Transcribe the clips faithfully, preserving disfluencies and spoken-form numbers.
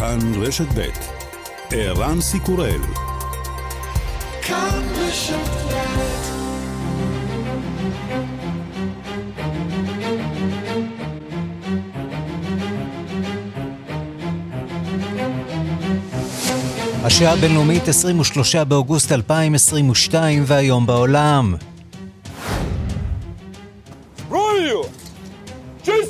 כאן רשת ב' ערן סיקורל. כאן רשת ב'. השעה הבינלאומית עשרים ושלושה באוגוסט אלפיים עשרים ושתיים והיום בעולם. רואיו! צ'יס!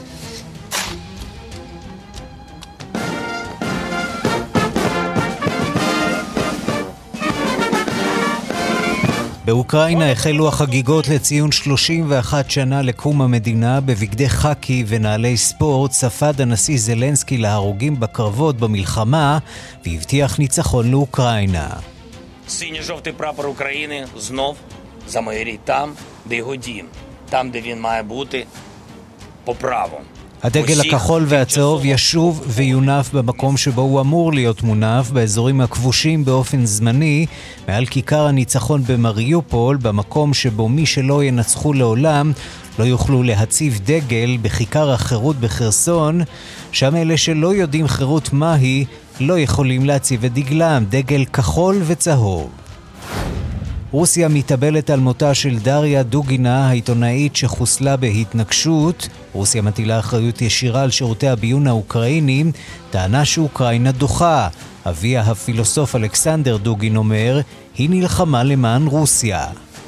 באוקראינה החלו החגיגות לציון שלושים ואחת שנה לקום המדינה. בבגדי חקי ונעלי ספורט ספד הנשיא זלנסקי להרוגים בקרבות במלחמה והבטיח ניצחון לאוקראינה. Синьо-жовтий прапор України знов замайорить там, де його дім, там, де він має бути по праву. הדגל הכחול והצהוב ישוב ויונף במקום שבו הוא אמור להיות מונף, באזורים הכבושים באופן זמני, מעל כיכר הניצחון במריופול, במקום שבו מי שלא ינצחו לעולם לא יוכלו להציב דגל. בכיכר החירות בחרסון, שם אלה שלא יודעים חירות מהי לא יכולים להציב את דגלם, דגל כחול וצהוב. רוסיה מתאבלת על מותה של דריה דוגינה, העיתונאית שחוסלה בהתנגשות. רוסיה מטילה אחריות ישירה על שירותי הביון האוקראינים, טענה שאוקראינה דוחה. אביה הפילוסוף אלכסנדר דוגין אומר, היא נלחמה למען רוסיה.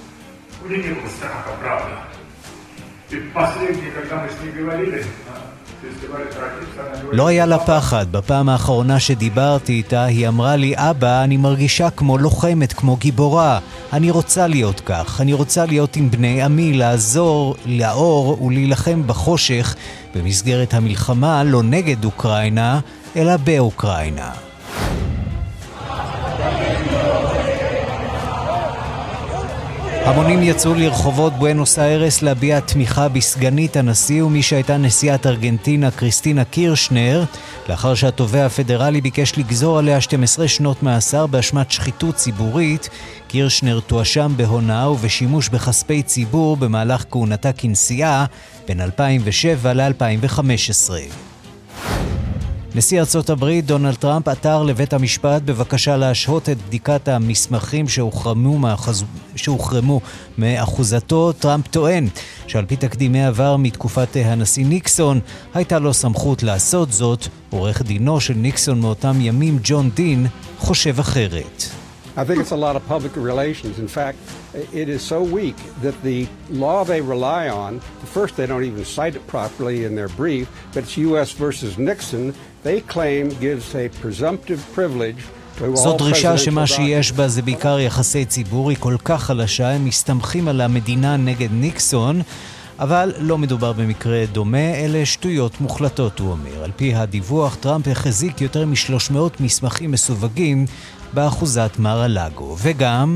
לא היה לה פחד. בפעם האחרונה שדיברתי איתה היא אמרה לי, אבא, אני מרגישה כמו לוחמת, כמו גיבורה. אני רוצה להיות כך, אני רוצה להיות עם בני עמי, לעזור לאור ולהילחם בחושך במסגרת המלחמה, לא נגד אוקראינה אלא באוקראינה. המונים יצאו לרחובות בואנוס איירס להביע תמיכה בסגנית הנשיא ומי שהייתה נשיאת ארגנטינה קריסטינה קירשנר, לאחר שהתובע הפדרלי ביקש לגזור עליה שתים עשרה שנות מאסר באשמת שחיתות ציבורית. קירשנר תואשם בהונאה ובשימוש בכספי ציבור במהלך כהונתה כנשיאה בין אלפיים ושבע ל-אלפיים וחמש עשרה. נשיא ארצות הברית דונלד טראמפ עתר לבית המשפט בבקשה להשהות את בדיקת המסמכים שהוחרמו, מאחז... שהוחרמו מאחוזתו. טראמפ טוען שעל פי תקדימי עבר מתקופת הנשיא ניקסון הייתה לו סמכות לעשות זאת. עורך דינו של ניקסון מאותם ימים, ג'ון דין, חושב אחרת. I think it's a lot of public relations. In fact, it is so weak that the law they rely on, first they don't even cite it properly in their brief, but it's U S versus Nixon, they claim gives a presumptive privilege to all זאת דרישה שמה שיש documents. בה זה בעיקר יחסי ציבור, היא כל כך חלשה, הם מסתמכים על המדינה נגד ניקסון, אבל לא מדובר במקרה דומה, אלה שטויות מוחלטות, הוא אומר. על פי הדיווח, טראמפ החזיק יותר מ-שלוש מאות מסמכים מסווגים באחוזת מר-a-לאגו, וגם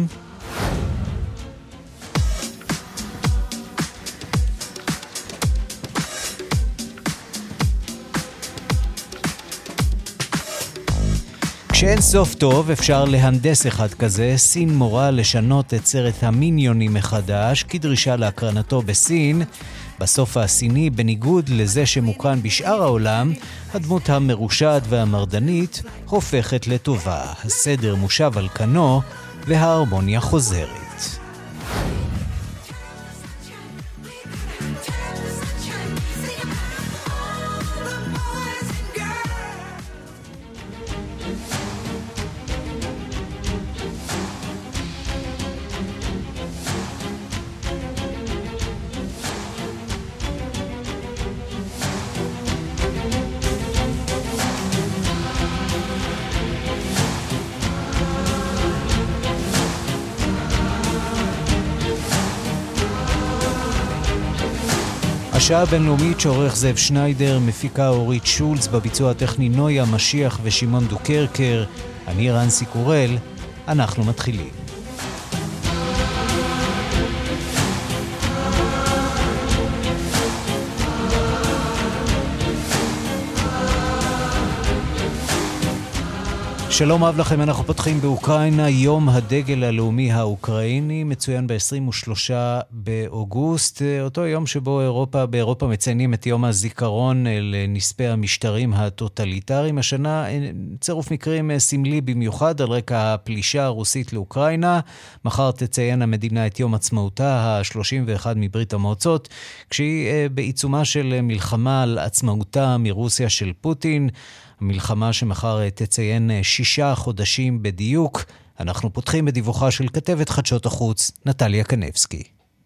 כשאין סוף טוב אפשר להנדס אחד כזה. סין מורה לשנות את סרט המיניונים מחדש כדרישה להקרנתו בסין. בסוף הסיני, בניגוד לזה שמוקרן בשאר העולם, הדמות המרושעת והמרדנית הופכת לטובה. הסדר מושב על כנו וההרמוניה חוזרת. השעה הבינלאומית שעורך זאב שניידר, מפיקה אורית שולץ, בביצוע הטכני נויה משיח ושימון דוקרקר. אני ערן סיקורל, אנחנו מתחילים. שלום רב לכם, אנחנו פותחים באוקראינה, יום הדגל הלאומי האוקראיני, מצוין ב-עשרים ושלושה באוגוסט, אותו יום שבו אירופה, באירופה מציינים את יום הזיכרון לנספי המשטרים הטוטליטריים. השנה צירוף מקרים סמלי במיוחד על רקע הפלישה הרוסית לאוקראינה. מחר תציין המדינה את יום עצמאותה ה-שלושים ואחת מברית המועצות, כשהיא בעיצומה של מלחמה על עצמאותה מרוסיה של פוטין. המלחמה שמחר תציין שישה חודשים בדיוק. אנחנו פותחים בדיווחה של כתבת חדשות החוץ, נטליה קנבסקי.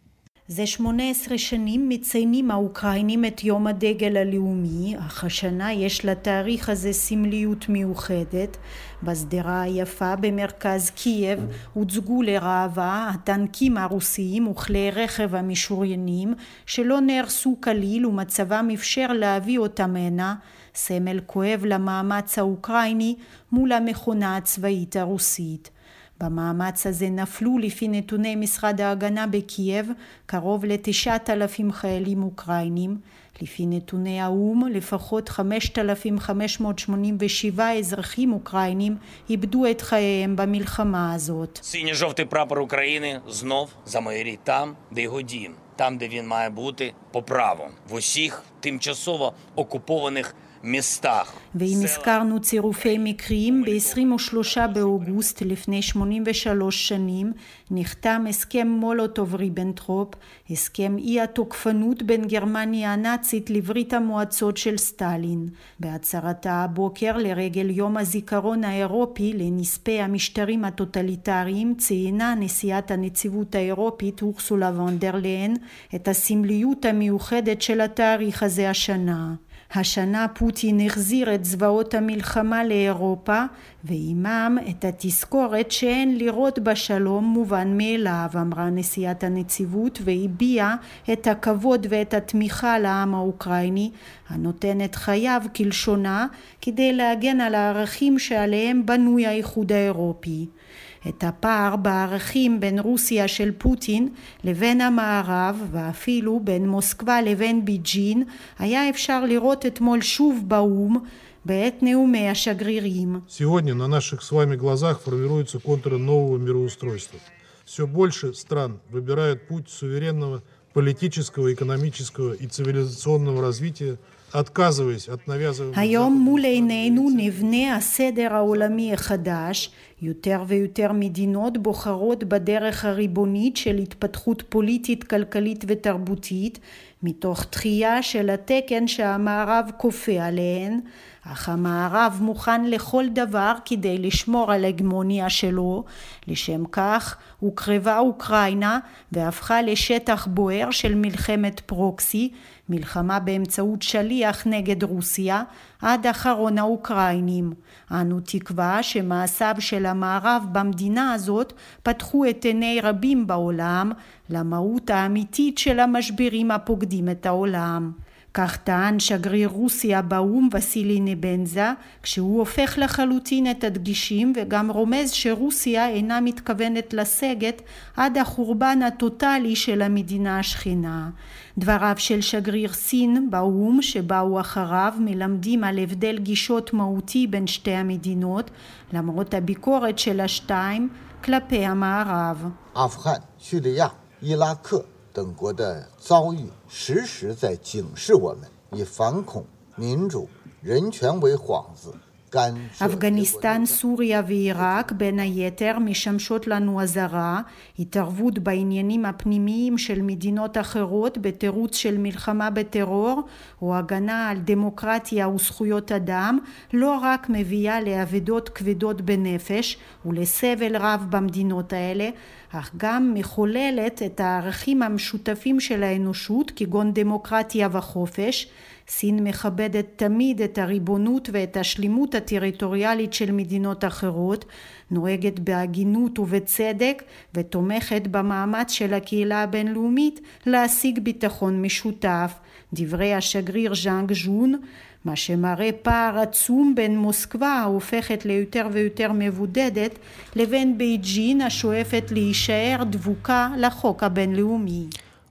זה שמונה עשרה שנים מציינים האוקראינים את יום הדגל הלאומי, אך השנה יש לתאריך הזה סמליות מיוחדת. בסדרה היפה במרכז קייב הוצגו לראווה הטנקים הרוסיים וכלי רכב המשוריינים שלא נהרסו כליל ומצבם אפשר להביא אותם הנה, סמל כואב למאמץ האוקראיני מול המכונה הצבאית הרוסית. במאמץ הזה נפלו לפי נתוני משרד ההגנה בקייב קרוב ל-תשעת אלפים חיילים אוקראינים, לפי נתוני האו"ם לפחות חמשת אלפים חמש מאות שמונים ושבעה אזרחים אוקראינים איבדו את חייהם במלחמה הזאת. Синьо-жовтий прапор України знов замайорить там, де його дім, там, де він має бути по праву, в усіх тимчасово окупованих מסתח. ואם הזכרנו צירופי מקרים, ב-עשרים ושלושה באוגוסט לפני שמונים ושלוש שנים נחתם הסכם מולוטוב-ריבנטרופ, הסכם אי התוקפנות בין גרמניה הנאצית לברית המועצות של סטלין. בהצהרתה הבוקר לרגל יום הזיכרון האירופי לנספי המשטרים הטוטליטריים ציינה נשיאת הנציבות האירופית אורסולה וון דר ליין את הסמליות המיוחדת של התאריך הזה השנה. השנה פוטין החזיר את זוועות המלחמה לאירופה, ועימם את התזכורת שאין לראות בשלום מובן מאליו, אמרה נשיאת הנציבות, והביעה את הכבוד ואת התמיכה לעם האוקראיני, הנותן את חייו כלשונה, כדי להגן על הערכים שעליהם בנוי האיחוד האירופי. את הפער בערכים בין רוסיה של פוטין לבין המערב ואפילו בין מוסקבה לבין ביג'ין היה אפשר לראות אתמול שוב באו"ם בעת נאומי השגרירים. Сегодня на наших с вами глазах формируются контуры нового мироустройства. Все больше стран выбирают путь суверенного политического, экономического и цивилизационного развития, отказываясь от навязывания. היום מול עינינו נבנה הסדר העולמי החדש. יותר ויותר מדינות בוחרות בדרך הריבונית של התפתחות פוליטית, כלכלית ותרבותית, מתוך דחייה של התקן שהמערב כופה עליהן, אך המערב מוכן לכל דבר כדי לשמור על הגמוניה שלו. לשם כך הוקרבה אוקראינה והפכה לשטח בוער של מלחמת פרוקסי, מלחמה באמצעות שליח נגד רוסיה, עד אחרון האוקראינים. אנו תקווה שמעשיו של המערב במדינה הזאת פתחו את עיני רבים בעולם למהות האמיתית של המשברים הפוקדים את העולם. כך טען שגריר רוסיה באו"ם וסילי נבנזה, כשהוא הופך לחלוטין את הדגישים וגם רומז שרוסיה אינה מתכוונת לסגת עד החורבן הטוטלי של המדינה השכנה. דבריו של שגריר סין באו"ם שבאו אחריו מלמדים על הבדל גישות מהותי בין שתי המדינות, למרות הביקורת של השתיים כלפי המערב. 阿富汗、叙利亚、伊拉克等国的遭遇时时在警示我们，以反恐、民主、人权为幌子，干涉。 אפגניסטן, סוריה ועיראק בין היתר משמשות לנו אזהרה, התערבות בעניינים הפנימיים של מדינות אחרות בתירוץ של מלחמה בטרור או הגנה על דמוקרטיה וזכויות אדם, לא רק מביאה לאבדות כבדות בנפש ולסבל רב במדינות האלה, אך גם מחוללת את הערכים המשותפים של האנושות כגון דמוקרטיה וחופש. סין מכבדת תמיד את הריבונות ואת השלימות הטריטוריאלית של מדינות אחרות, נוהגת בהגינות ובצדק ותומכת במאמץ של הקהילה הבינלאומית להשיג ביטחון משותף. דברי השגריר ז'אנג ז'ון, מה שמראה פער עצום בין מוסקבה ההופכת ליותר ויותר מבודדת לבין בייג'ין השואפת להישאר דבוקה לחוק הבינלאומי.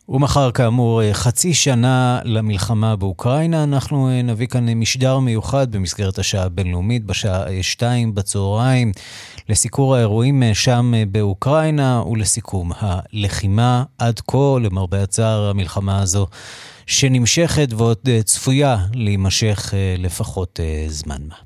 ומחר כאמור חצי שנה למלחמה באוקראינה, אנחנו נביא כאן משדר מיוחד במסגרת השעה הבינלאומית בשעה שתיים בצהריים לסיקור האירועים שם באוקראינה ולסיכום הלחימה עד כה. למרבה הצער המלחמה הזו שנמשכת ועוד צפויה להימשך לפחות זמן מה.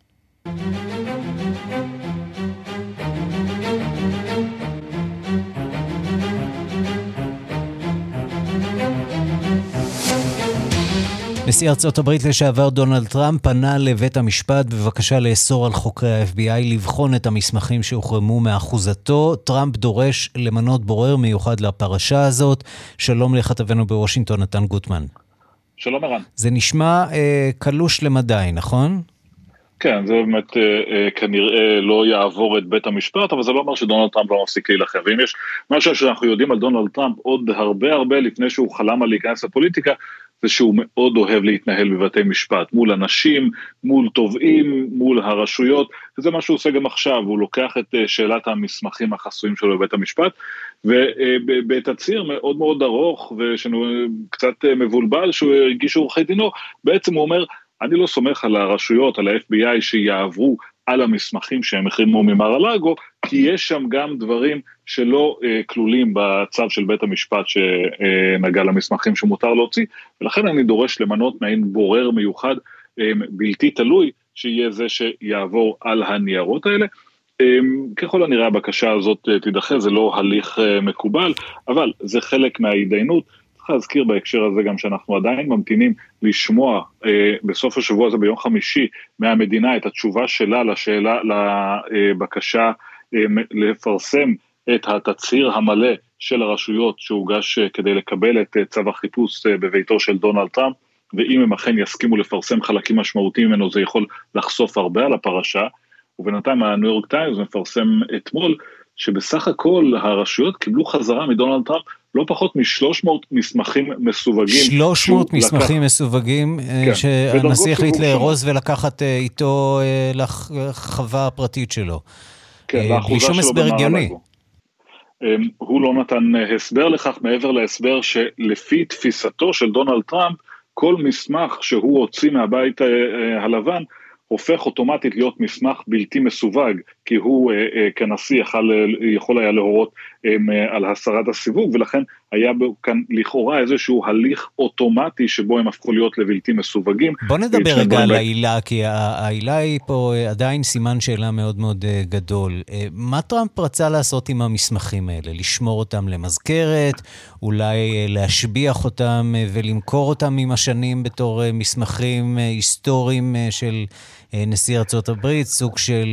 נשיא ארצות הברית לשעבר דונלד טראמפ פנה לבית המשפט בבקשה לאסור על חוקרי ה-אף בי איי לבחון את המסמכים שהוחרמו מאחוזתו. טראמפ דורש למנות בורר מיוחד לפרשה הזאת. שלום לכתבנו בוושינגטון נתן גוטמן. שלום ערן. זה נשמע אה, קלוש למדי, נכון? כן, זה באמת אה, כנראה לא יעבור את בית המשפט, אבל זה לא אומר שדונלד טראמפ לא מפסיק להילחם. ואם יש משהו שאנחנו יודעים על דונלד טראמפ עוד הרבה הרבה לפני שהוא חלם על להיכנס לפוליטיקה, זה שהוא מאוד אוהב להתנהל בבתי משפט, מול אנשים, מול תובעים, מול הרשויות, וזה מה שהוא עושה גם עכשיו, הוא לוקח את שאלת המסמכים החסויים שלו בבית המשפט, ובתצהיר מאוד מאוד ארוך, וקצת מבולבל, שהוא הרגיש עורכי דינו, בעצם הוא אומר, אני לא סומך על הרשויות, על ה-אף בי איי שיעברו על המסמכים שהם החרימו ממר-א-לאגו, כי יש שם גם דברים שלא אה, כלולים בצו של בית המשפט שנגע למסמכים שמותר להוציא, ולכן אני דורש למנות מעין בורר מיוחד אה, בלתי תלוי, שיהיה זה שיעבור על הניירות האלה. אה, ככל הנראה הבקשה הזאת אה, תידחה, זה לא הליך אה, מקובל, אבל זה חלק מההתדיינות. צריך להזכיר בהקשר הזה גם שאנחנו עדיין ממתינים לשמוע אה, בסוף השבוע הזה ביום חמישי מהמדינה את התשובה שלה לשאלה, לבקשה אה, לפרסם את התצהיר המלא של הרשויות שהוגש אה, כדי לקבל את אה, צו החיפוש אה, בביתו של דונלד טראמפ, ואם הם אכן יסכימו לפרסם חלקים משמעותיים ממנו זה יכול לחשוף הרבה על הפרשה, ובינתיים הניו יורק טיימס מפרסם אתמול שבסך הכל הרשויות קיבלו חזרה מדונלד טראמפ לא פחות מ-שלוש מאות מסמכים מסווגים. שלוש מאות מסמכים לקח... מסווגים, כן, שהנשיא החליט לארוז ולקחת איתו לחווה הפרטית שלו. כן, בלי שום הסבר הגיוני. הוא לא נתן הסבר לכך, מעבר להסבר שלפי תפיסתו של דונלד טראמפ, כל מסמך שהוא הוציא מהבית הלבן, הופך אוטומטית להיות מסמך בלתי מסווג, כי הוא אה, אה, כנשיא יכול, יכול היה להורות אה, על הסרת הסיווג, ולכן היה כאן לכאורה איזשהו הליך אוטומטי שבו הם הפכו להיות לבלתי מסווגים. בוא נדבר רגע על העילה, כי העילה היא פה עדיין סימן שאלה מאוד מאוד גדול. מה טראמפ רצה לעשות עם המסמכים האלה? לשמור אותם למזכרת, אולי להשביח אותם ולמכור אותם עם השנים בתור מסמכים היסטוריים של נשיא ארצות הברית, סוג של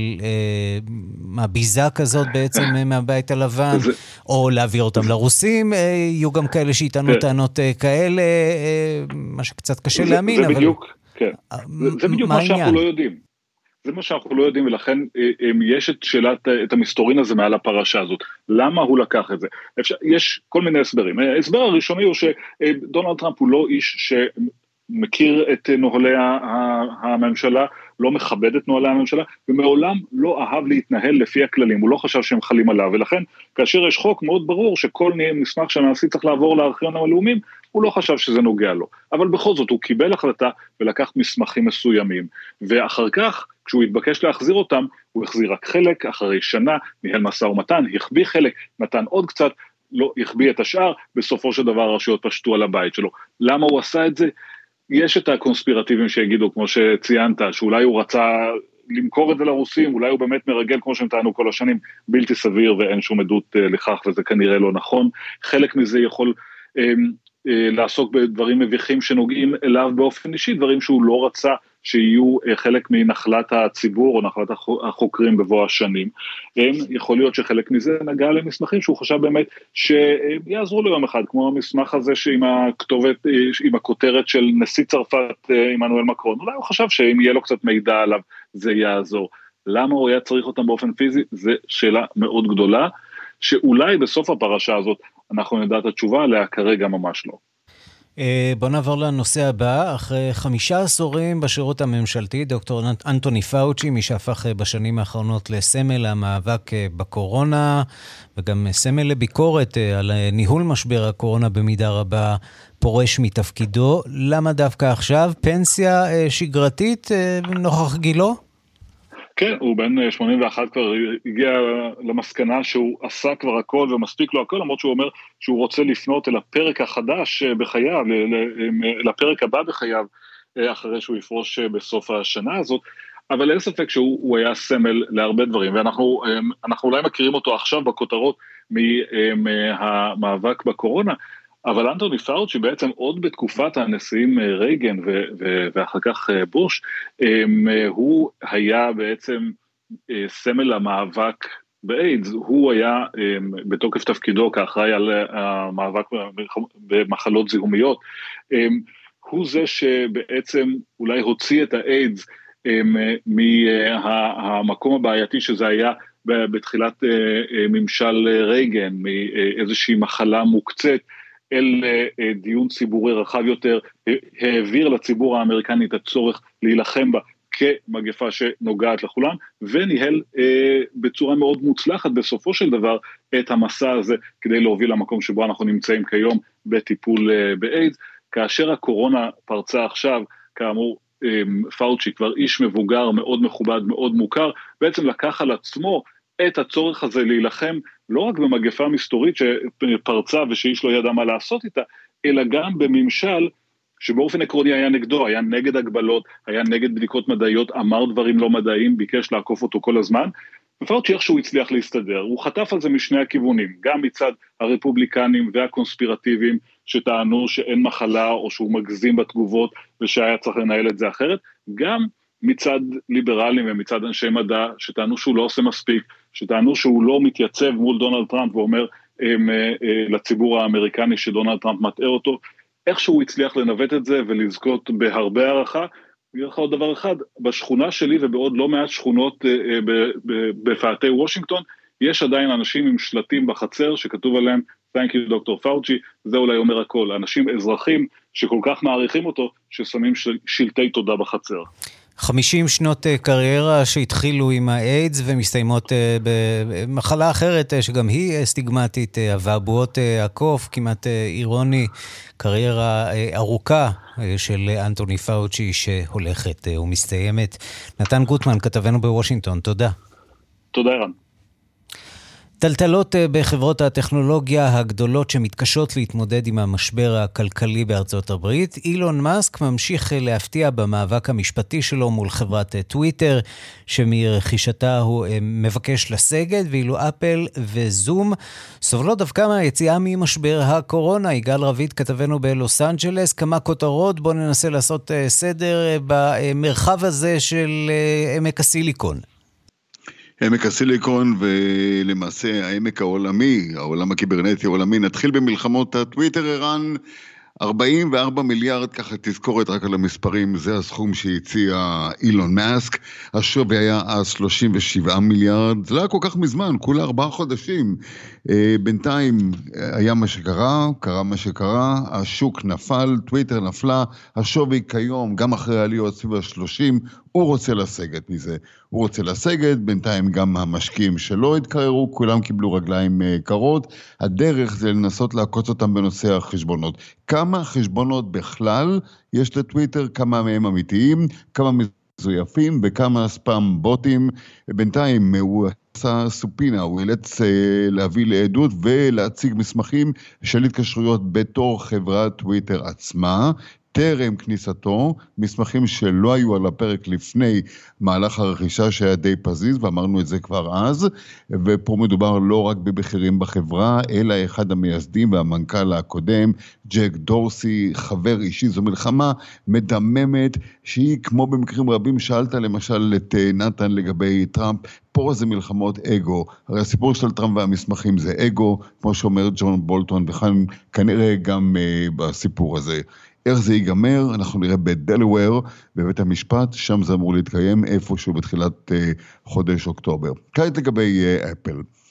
ביזה כזאת בעצם מהבית הלבן, או להעביר אותם לרוסים, יהיו גם כאלה שיתנו טענות כאלה, מה שקצת קשה להאמין. זה בדיוק, כן. זה בדיוק מה שאנחנו לא יודעים. זה מה שאנחנו לא יודעים, ולכן יש את שאלת, את המסתורין הזה מעל הפרשה הזאת. למה הוא לקח את זה? יש כל מיני הסברים. ההסבר הראשוני הוא שדונלד טראמפ הוא לא איש ש... מכיר את נוהלי הממשלה, לא מכבד את נוהלי הממשלה, ומעולם לא אהב להתנהל לפי הכללים, הוא לא חשב שהם חלים עליו, ולכן כאשר יש חוק מאוד ברור שכל מסמך שהנשיא צריך לעבור לארכיון הלאומיים, הוא לא חשב שזה נוגע לו, אבל בכל זאת הוא קיבל החלטה ולקח מסמכים מסוימים, ואחר כך כשהוא התבקש להחזיר אותם, הוא החזיר רק חלק, אחרי שנה ניהל משא ומתן, החביא חלק, נתן עוד קצת, לא החביא את השאר, בסופו של דבר הרשויות פשטו על הבית שלו. למה הוא עשה את זה? יש את הקונספירטיבים שיגידו, כמו שציינת, שאולי הוא רצה למכור את זה לרוסים, אולי הוא באמת מרגל, כמו שהם טענו כל השנים, בלתי סביר ואין שום עדות לכך, וזה כנראה לא נכון. חלק מזה יכול אה, אה, לעסוק בדברים מביכים שנוגעים אליו באופן אישי, דברים שהוא לא רצה שיהיו אה, חלק מנחלת הציבור או נחלת החוקרים בבוא השנים. אה, יכול להיות שחלק מזה נגע למסמכים שהוא חשב באמת שיעזרו לו יום אחד, כמו המסמך הזה שעם הכתובת, אה, עם הכותרת של נשיא צרפת אה, עמנואל מקרון, אולי הוא חשב שאם יהיה לו קצת מידע עליו זה יעזור. למה הוא היה צריך אותם באופן פיזי? זו שאלה מאוד גדולה, שאולי בסוף הפרשה הזאת אנחנו נדע את התשובה עליה, כרגע ממש לא. בוא נעבור לנושא הבא. אחרי חמישה עשורים בשירות הממשלתי, דוקטור אנטוני פאוצ'י, מי שהפך בשנים האחרונות לסמל המאבק בקורונה, וגם סמל לביקורת על ניהול משבר הקורונה במידה רבה, פורש מתפקידו. למה דווקא עכשיו? פנסיה שגרתית נוכח גילו? כן, הוא בן שמונים ואחת כבר הגיע למסקנה שהוא עשה כבר הכל ומספיק לו הכל, למרות שהוא אומר שהוא רוצה לפנות אל הפרק החדש בחייו, לפרק הבא בחייו, אחרי שהוא יפרוש בסוף השנה הזאת, אבל אין ספק שהוא היה סמל להרבה דברים, ואנחנו אנחנו אולי מכירים אותו עכשיו בכותרות מהמאבק בקורונה, אבל אנטוני פאוצ'י בעצם עוד בתקופת הנשיאים רייגן ו- ו- ואחר כך בוש, הוא היה בעצם סמל המאבק באיידס, הוא היה בתוקף תפקידו כאחראי על המאבק במחלות זיהומיות, הוא זה שבעצם אולי הוציא את האיידס מהמקום הבעייתי שזה היה בתחילת ממשל רייגן, מאיזושהי מחלה מוקצת, אל דיון ציבורי רחב יותר, העביר לציבור האמריקני את הצורך להילחם בה כמגפה שנוגעת לכולם, וניהל אה, בצורה מאוד מוצלחת בסופו של דבר את המסע הזה, כדי להוביל למקום שבו אנחנו נמצאים כיום בטיפול אה, באיידס. כאשר הקורונה פרצה עכשיו, כאמור, אה, פאוצ'י כבר איש מבוגר, מאוד מכובד, מאוד מוכר, בעצם לקח על עצמו את הצורך הזה להילחם, לא רק במגפה מסתורית שפרצה ושאיש לא ידע מה לעשות איתה, אלא גם בממשל שבאופן עקרוני היה נגדו, היה נגד הגבלות, היה נגד בדיקות מדעיות, אמר דברים לא מדעיים, ביקש לעקוף אותו כל הזמן, ופאוצ'י איך שהוא הצליח להסתדר, הוא חטף על זה משני הכיוונים, גם מצד הרפובליקנים והקונספירטיביים שטענו שאין מחלה או שהוא מגזים בתגובות ושהיה צריך לנהל את זה אחרת, גם מצד ליברלים ומצד אנשי מדע שטענו שהוא לא עושה מספיק, שטענו שהוא לא מתייצב מול דונלד טראמפ ואומר הם, לציבור האמריקני שדונלד טראמפ מטעה אותו, איך שהוא הצליח לנווט את זה ולזכות בהרבה הערכה. אני אגיד לך עוד דבר אחד, בשכונה שלי ובעוד לא מעט שכונות בפאתי וושינגטון, יש עדיין אנשים עם שלטים בחצר שכתוב עליהם, Thank you דוקטור פאוצ'י, זה אולי אומר הכל, אנשים אזרחים שכל כך מעריכים אותו, ששמים של, שלטי תודה בחצר. חמישים שנות קריירה שהתחילו עם האיידס ומסתיימות במחלה אחרת שגם היא סטיגמטית, אבעבועות הקוף, כמעט אירוני, קריירה ארוכה של אנטוני פאוצ'י שהולכת ומסתיימת. נתן גוטמן, כתבנו בוושינגטון, תודה. תודה ערן. טלטלות בחברות הטכנולוגיה הגדולות שמתקשות להתמודד עם המשבר הכלכלי בארצות הברית. אילון מאסק ממשיך להפתיע במאבק המשפטי שלו מול חברת טוויטר, שמרכישתה הוא מבקש לסגת, ואילו אפל וזום סובלות דווקא מהיציאה ממשבר הקורונה. יגאל רביד, כתבנו בלוס אנג'לס, כמה כותרות, בואו ננסה לעשות סדר במרחב הזה של עמק הסיליקון. עמק הסיליקון ולמעשה העמק העולמי, העולם הקיברנטי העולמי. נתחיל במלחמות הטוויטר. ערן, ארבעים וארבעה מיליארד, ככה תזכורת רק על המספרים, זה הסכום שהציע אילון מאסק. השווי היה אז שלושים ושבעה מיליארד, זה לא היה כל כך מזמן, כולה ארבעה חודשים. בינתיים היה מה שקרה, קרה מה שקרה, השוק נפל, טוויטר נפלה, השווי כיום, גם אחרי העליות סביב ה-שלושים, הוא רוצה לסגת מזה. הוא רוצה לסגת, בינתיים גם המשקיעים שלא התקררו, כולם קיבלו רגליים קרות. הדרך זה לנסות לעקוץ אותם בנושא החשבונות. כמה חשבונות בכלל יש לטוויטר, כמה מהם אמיתיים, כמה מזויפים וכמה ספאם בוטים. בינתיים הוא עשה סופינה, הוא אילץ להביא לעדות ולהציג מסמכים של התקשרויות בתור חברת טוויטר עצמה, טרם כניסתו, מסמכים שלא היו על הפרק לפני מהלך הרכישה שהיה די פזיז, ואמרנו את זה כבר אז, ופה מדובר לא רק בבכירים בחברה, אלא אחד המייסדים והמנכ"ל הקודם, ג'ק דורסי, חבר אישי. זו מלחמה מדממת, שהיא כמו במקרים רבים, שאלת למשל את נתן לגבי טראמפ, פה זה מלחמות אגו. הרי הסיפור של טראמפ והמסמכים זה אגו, כמו שאומר ג'ון בולטון, וכאן כנראה גם uh, בסיפור הזה. איך זה ייגמר? אנחנו נראה בדלוור, בבית המשפט, שם זה אמור להתקיים איפשהו בתחילת uh, חודש אוקטובר. כעת לגבי uh, אפל.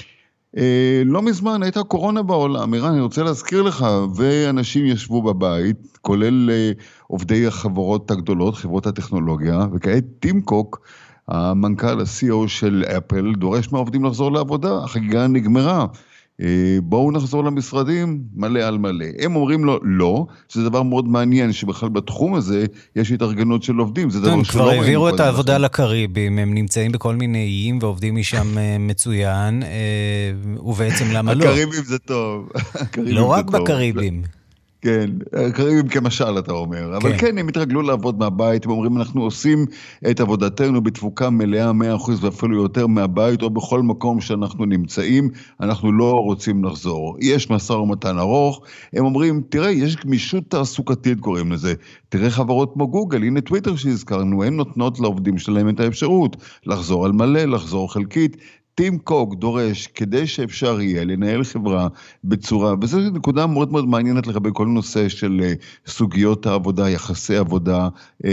לא מזמן הייתה קורונה בעולם, איראן, אני רוצה להזכיר לך, ואנשים ישבו בבית, כולל עובדי החברות הגדולות, חברות הטכנולוגיה, וכעת טים קוק, המנכ"ל, ה-סי אי או של אפל, דורש מהעובדים לחזור לעבודה, החגיגה נגמרה. בואו נחזור למשרדים מלא על מלא. הם אומרים לו לא, שזה דבר מאוד מעניין, שבכלל בתחום הזה יש התארגנות של עובדים. זה דבר הם כבר העבירו את העבודה לקריבים, הם נמצאים בכל מיני איים ועובדים משם מצוין, ובעצם למה לא? הקריבים זה טוב. לא רק בקריבים. כן, קריבים כמשל אתה אומר, אבל כן, הם התרגלו לעבוד מהבית, הם אומרים אנחנו עושים את עבודתנו בתפוקה מלאה מאה אחוז ואפילו יותר מהבית, או בכל מקום שאנחנו נמצאים, אנחנו לא רוצים לחזור. יש משא ומתן ארוך, הם אומרים, תראה, יש גמישות תעסוקתית קוראים לזה, תראה חברות כמו גוגל, הנה טוויטר שהזכרנו, הן נותנות לעובדים שלהם את האפשרות, לחזור על מלא, לחזור חלקית, טים קוק דורש כדי שאפשר יהיה לנהל חברה בצורה, וזו נקודה מאוד מאוד מעניינת לגבי כל נושא של סוגיות העבודה, יחסי עבודה,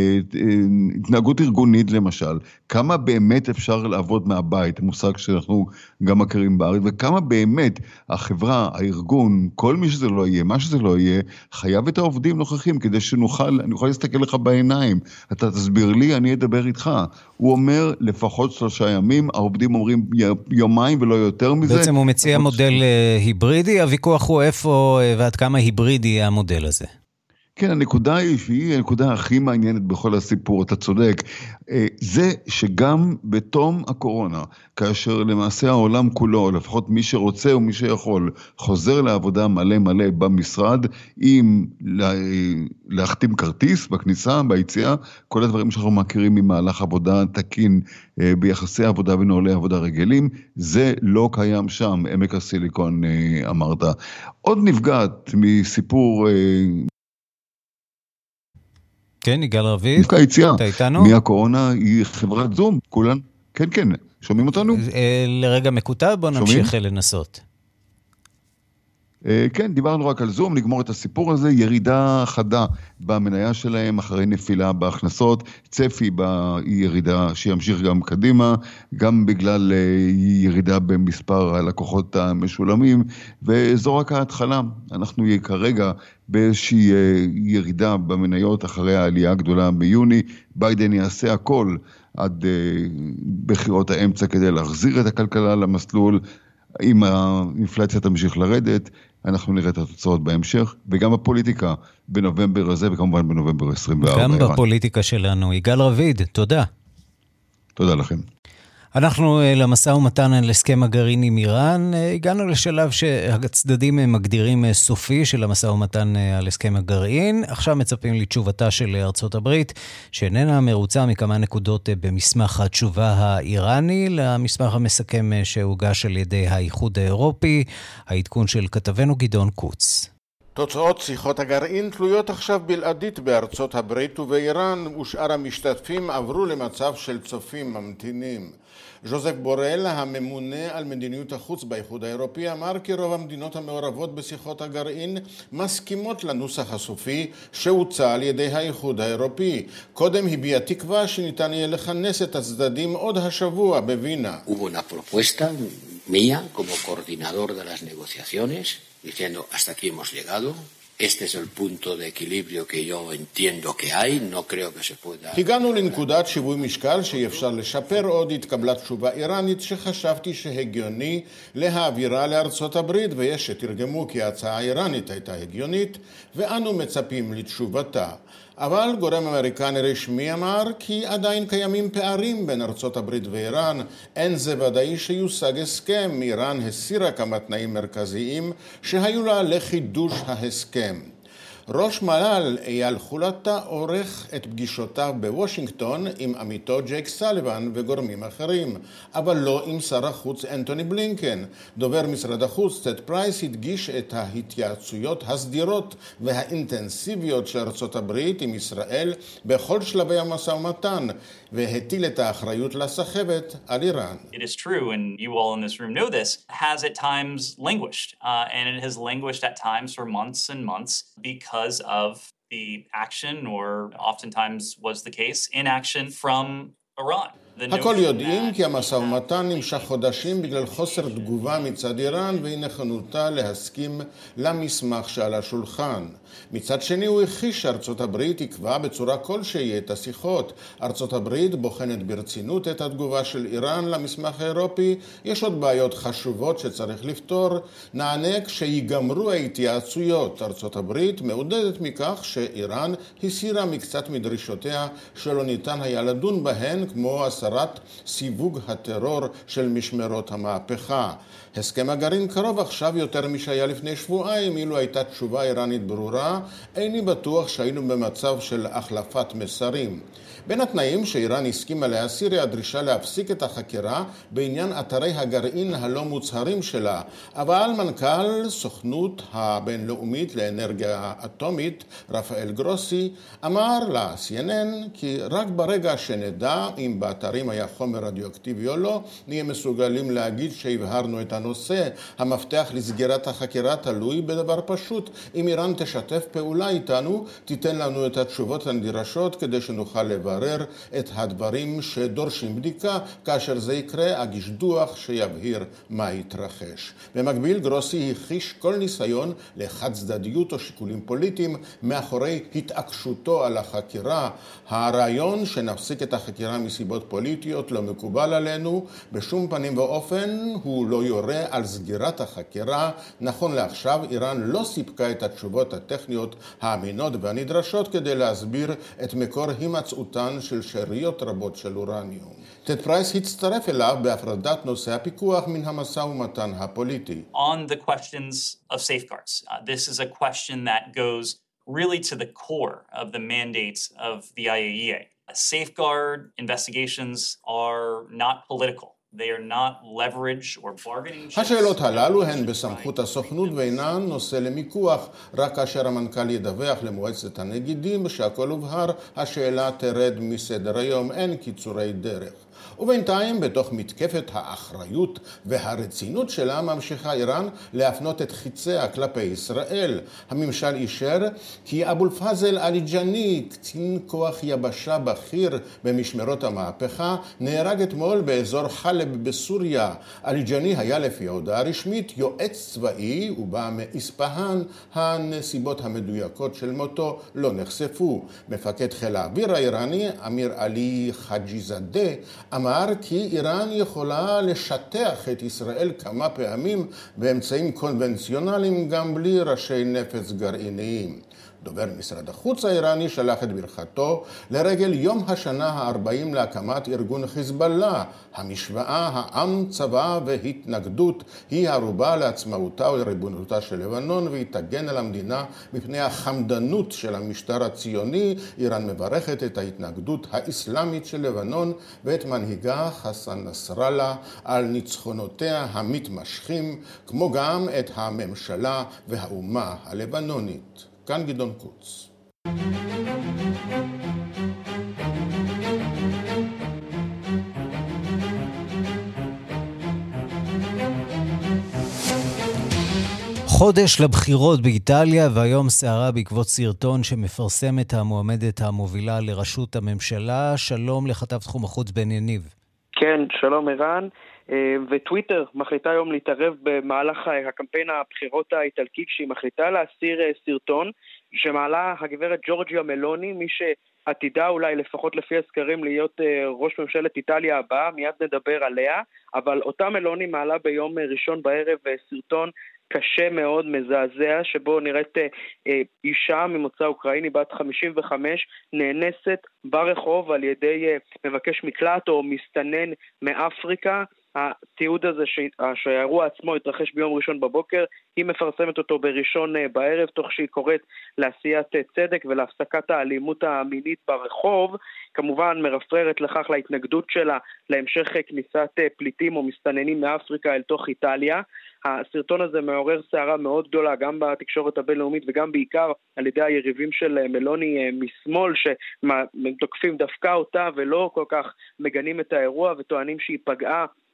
התנהגות ארגונית למשל, כמה באמת אפשר לעבוד מהבית, המושג שאנחנו גם מכירים בארץ, וכמה באמת החברה, הארגון, כל מי שזה לא יהיה, מה שזה לא יהיה, חייב את העובדים נוכחים כדי שנוכל, אני יכול להסתכל לך בעיניים, אתה תסביר לי, אני אדבר איתך. הוא אומר לפחות שלושה ימים, העובדים אומרים יומיים ולא יותר מזה. בעצם הוא מציע מודל היברידי, הוויכוח הוא איפה ועד כמה היברידי יהיה המודל הזה. כן, הנקודה היא שהיא הנקודה הכי מעניינת בכל הסיפור, אתה צודק, זה שגם בתום הקורונה, כאשר למעשה העולם כולו, לפחות מי שרוצה ומי שיכול, חוזר לעבודה מלא מלא במשרד, עם להחתים כרטיס בכניסה, ביציאה, כל הדברים שאנחנו מכירים ממהלך עבודה תקין ביחסי עבודה ונוהלי עבודה רגילים, זה לא קיים שם, עמק הסיליקון אמרת. עוד נפגעת מסיפור כן, יגאל רביד. דווקא היציאה. אתה איתנו? מהקורונה היא חברת זום, כולן. כן, כן, שומעים אותנו? לרגע מקוטע, בוא נמשיך לנסות. כן, דיברנו רק על זום, נגמור את הסיפור הזה, ירידה חדה במניה שלהם, אחרי נפילה בהכנסות, צפי בירידה שימשיך גם קדימה, גם בגלל ירידה במספר הלקוחות המשולמים, וזו רק ההתחלה, אנחנו כרגע באיזושהי ירידה במניות אחרי העלייה הגדולה ביוני, ביידן יעשה הכל עד בחירות האמצע כדי להחזיר את הכלכלה למסלול, אם האינפלציה תמשיך לרדת, אנחנו נראה את התוצאות בהמשך, וגם בפוליטיקה בנובמבר הזה, וכמובן בנובמבר עשרים וארבע. גם בפוליטיקה שלנו. יגאל רביד, תודה. תודה לכם. אנחנו למשא ומתן על הסכם הגרעין עם איראן, הגענו לשלב שהצדדים מגדירים סופי של המשא ומתן על הסכם הגרעין, עכשיו מצפים לתשובתה של ארצות הברית, שאיננה מרוצה מכמה נקודות במסמך התשובה האיראני, למסמך המסכם שהוגש על ידי האיחוד האירופי, העדכון של כתבנו גדעון קוץ. תוצאות שיחות הגרעין תלויות עכשיו בלעדית בארצות הברית ובאיראן, ושאר המשתתפים עברו למצב של צופים ממתינים. ז'וזף בורל, הממונה על מדיניות החוץ באיחוד האירופי, אמר כי רוב המדינות המעורבות בשיחות הגרעין מסכימות לנוסח הסופי שהוצע על ידי האיחוד האירופי. קודם הביע תקווה שניתן יהיה לכנס את הצדדים עוד השבוע בווינה. Hubo una propuesta mía como coordinador de las negociaciones diciendo hasta aquí hemos llegado. Este es el punto de equilibrio que yo entiendo que hay, no creo que se pueda... הגענו לנקודת שיווי משקל שאפשר לשפר עוד. התקבלה תשובה איראנית שחשבתי שהגיוני להעבירה לארצות הברית, ויש שתרגמו כי ההצעה האיראנית הייתה הגיונית, ואנו מצפים לתשובתה. אבל גורם אמריקני רשמי אמר כי עדיין קיימים פערים בין ארצות הברית ואיראן. אין זה ודאי שיושג הסכם. איראן הסירה כמה תנאים מרכזיים שהיו לה לחידוש ההסכם. ראש מל"ל אייל חולתה עורך את פגישותיו בוושינגטון עם עמיתו ג'ייק סליבן וגורמים אחרים, אבל לא עם שר החוץ אנטוני בלינקן. דובר משרד החוץ טד פרייס הדגיש את ההתייעצויות הסדירות והאינטנסיביות של ארצות הברית עם ישראל בכל שלבי המשא ומתן, והטיל את האחריות לסחבת על איראן. It is true, and you all in this room know this, has at times languished, uh, and it has languished at times for months and months because of the action, or oftentimes was the case, inaction from Iran. הכל יודעים כי המשא ומתן נמשך חודשים בגלל חוסר תגובה מצד איראן ואי נכונותה להסכים למסמך שעל השולחן. מצד שני הוא הכחיש שארצות הברית יקבע בצורה כלשהי את השיחות. ארצות הברית בוחנת ברצינות את התגובה של איראן למסמך האירופי. יש עוד בעיות חשובות שצריך לפתור. נענה כשיגמרו ההתייעצויות. ארצות הברית מעודדת מכך שאיראן הסירה מקצת מדרישותיה שלא ניתן היה לדון בהן, כמו הסרת סיווג הטרור של משמרות המהפכה. הסכם הגרעין קרוב עכשיו יותר משהיה לפני שבועיים. אילו הייתה תשובה איראנית ברורה, איני בטוח שהיינו במצב של החלפת מסרים. בין התנאים שאיראן הסכימה להסיר היא הדרישה להפסיק את החקירה בעניין אתרי הגרעין הלא מוצהרים שלה. אבל מנכ"ל סוכנות הבינלאומית לאנרגיה אטומית, רפאל גרוסי, אמר ל-סי אן אן כי רק ברגע שנדע אם באתרים היה חומר רדיואקטיבי או לא, נהיה מסוגלים להגיד שהבהרנו את הנושא. המפתח לסגירת החקירה תלוי בדבר פשוט. אם איראן תשתף פעולה איתנו, תיתן לנו את התשובות הנדרשות כדי שנוכל לברר את הדברים שדורשים בדיקה. כאשר זה יקרה, אגיש דוח שיבהיר מה יתרחש. במקביל, גרוסי הכחיש כל ניסיון לחד צדדיות או שיקולים פוליטיים מאחורי התעקשותו על החקירה. הרעיון שנפסיק את החקירה מסיבות פוליטיות לא מקובל עלינו. בשום פנים ואופן הוא לא יורה על סגירת החקירה. נכון לעכשיו, איראן לא סיפקה את התשובות הטכניות האמינות והנדרשות כדי להסביר את מקור הימצאותן של שאריות רבות של אורניום. טד פרייס הצטרף אליו בהפרדת נושא הפיקוח מן המשא ומתן הפוליטי. On the questions of safeguards, uh, this is a question that goes really to the core of the mandates of the I A E A. Safeguard investigations are not political. They are not leverage or bargaining chips. השאלות הללו הן בסמכות הסוכנות ואינן נושא למיקוח. רק כאשר המנכ"ל ידווח למועצת הנגידים שהכל הובהר, השאלה תרד מסדר היום. אין קיצורי דרך. ובינתיים, בתוך מתקפת האחריות והרצינות שלה, ממשיכה איראן להפנות את חיציה כלפי ישראל. הממשל אישר כי אבו אל-פאזל אל-ג'אני, קצין כוח יבשה בכיר במשמרות המהפכה, נהרג אתמול באזור חלב בסוריה. אל-ג'אני היה לפי ההודעה הרשמית יועץ צבאי ובא מאספהאן. הנסיבות המדויקות של מותו לא נחשפו. מפקד חיל האוויר האיראני, אמיר עלי חג'יזאדה, אמר כי איראן יכולה לשטח את ישראל כמה פעמים באמצעים קונבנציונליים גם בלי ראשי נפץ גרעיניים. דובר משרד החוץ האיראני שלח את ברכתו לרגל יום השנה ה-ארבעים להקמת ארגון חיזבאללה. המשוואה העם, צבא והתנגדות היא ערובה לעצמאותה ולריבונותה של לבנון, והיא תגן על המדינה מפני החמדנות של המשטר הציוני. איראן מברכת את ההתנגדות האסלאמית של לבנון ואת מנהיגה חסן נסראללה על ניצחונותיה המתמשכים, כמו גם את הממשלה והאומה הלבנונית. כאן גדעון קוץ. חודש לבחירות באיטליה, והיום סערה בעקבות סרטון שמפרסמת המועמדת המובילה לראשות הממשלה. שלום לכתב תחום החוץ בן יניב. כן, שלום ערן. וטוויטר מחליטה היום להתערב במהלך הקמפיין הבחירות האיטלקי, כשהיא מחליטה להסיר סרטון שמעלה הגברת ג'ורג'יה מלוני, מי שעתידה אולי לפחות לפי הסקרים להיות ראש ממשלת איטליה הבאה. מיד נדבר עליה, אבל אותה מלוני מעלה ביום ראשון בערב סרטון קשה מאוד, מזעזע, שבו נראית אה, אישה ממוצא אוקראיני בת חמישים וחמש נאנסת ברחוב על ידי אה, מבקש מקלט או מסתנן מאפריקה. התיעוד הזה שהאירוע עצמו התרחש ביום ראשון בבוקר, היא מפרסמת אותו בראשון בערב, תוך שהיא קוראת לעשיית צדק ולהפסקת האלימות המינית ברחוב. כמובן מרפררת לכך להתנגדות שלה להמשך כניסת פליטים או מסתננים מאפריקה אל תוך איטליה. הסרטון הזה מעורר סערה מאוד גדולה גם בתקשורת הבינלאומית וגם בעיקר על ידי היריבים של מלוני משמאל, שתוקפים דווקא אותה ולא כל כך מגנים את האירוע וטוענים שהיא פגעה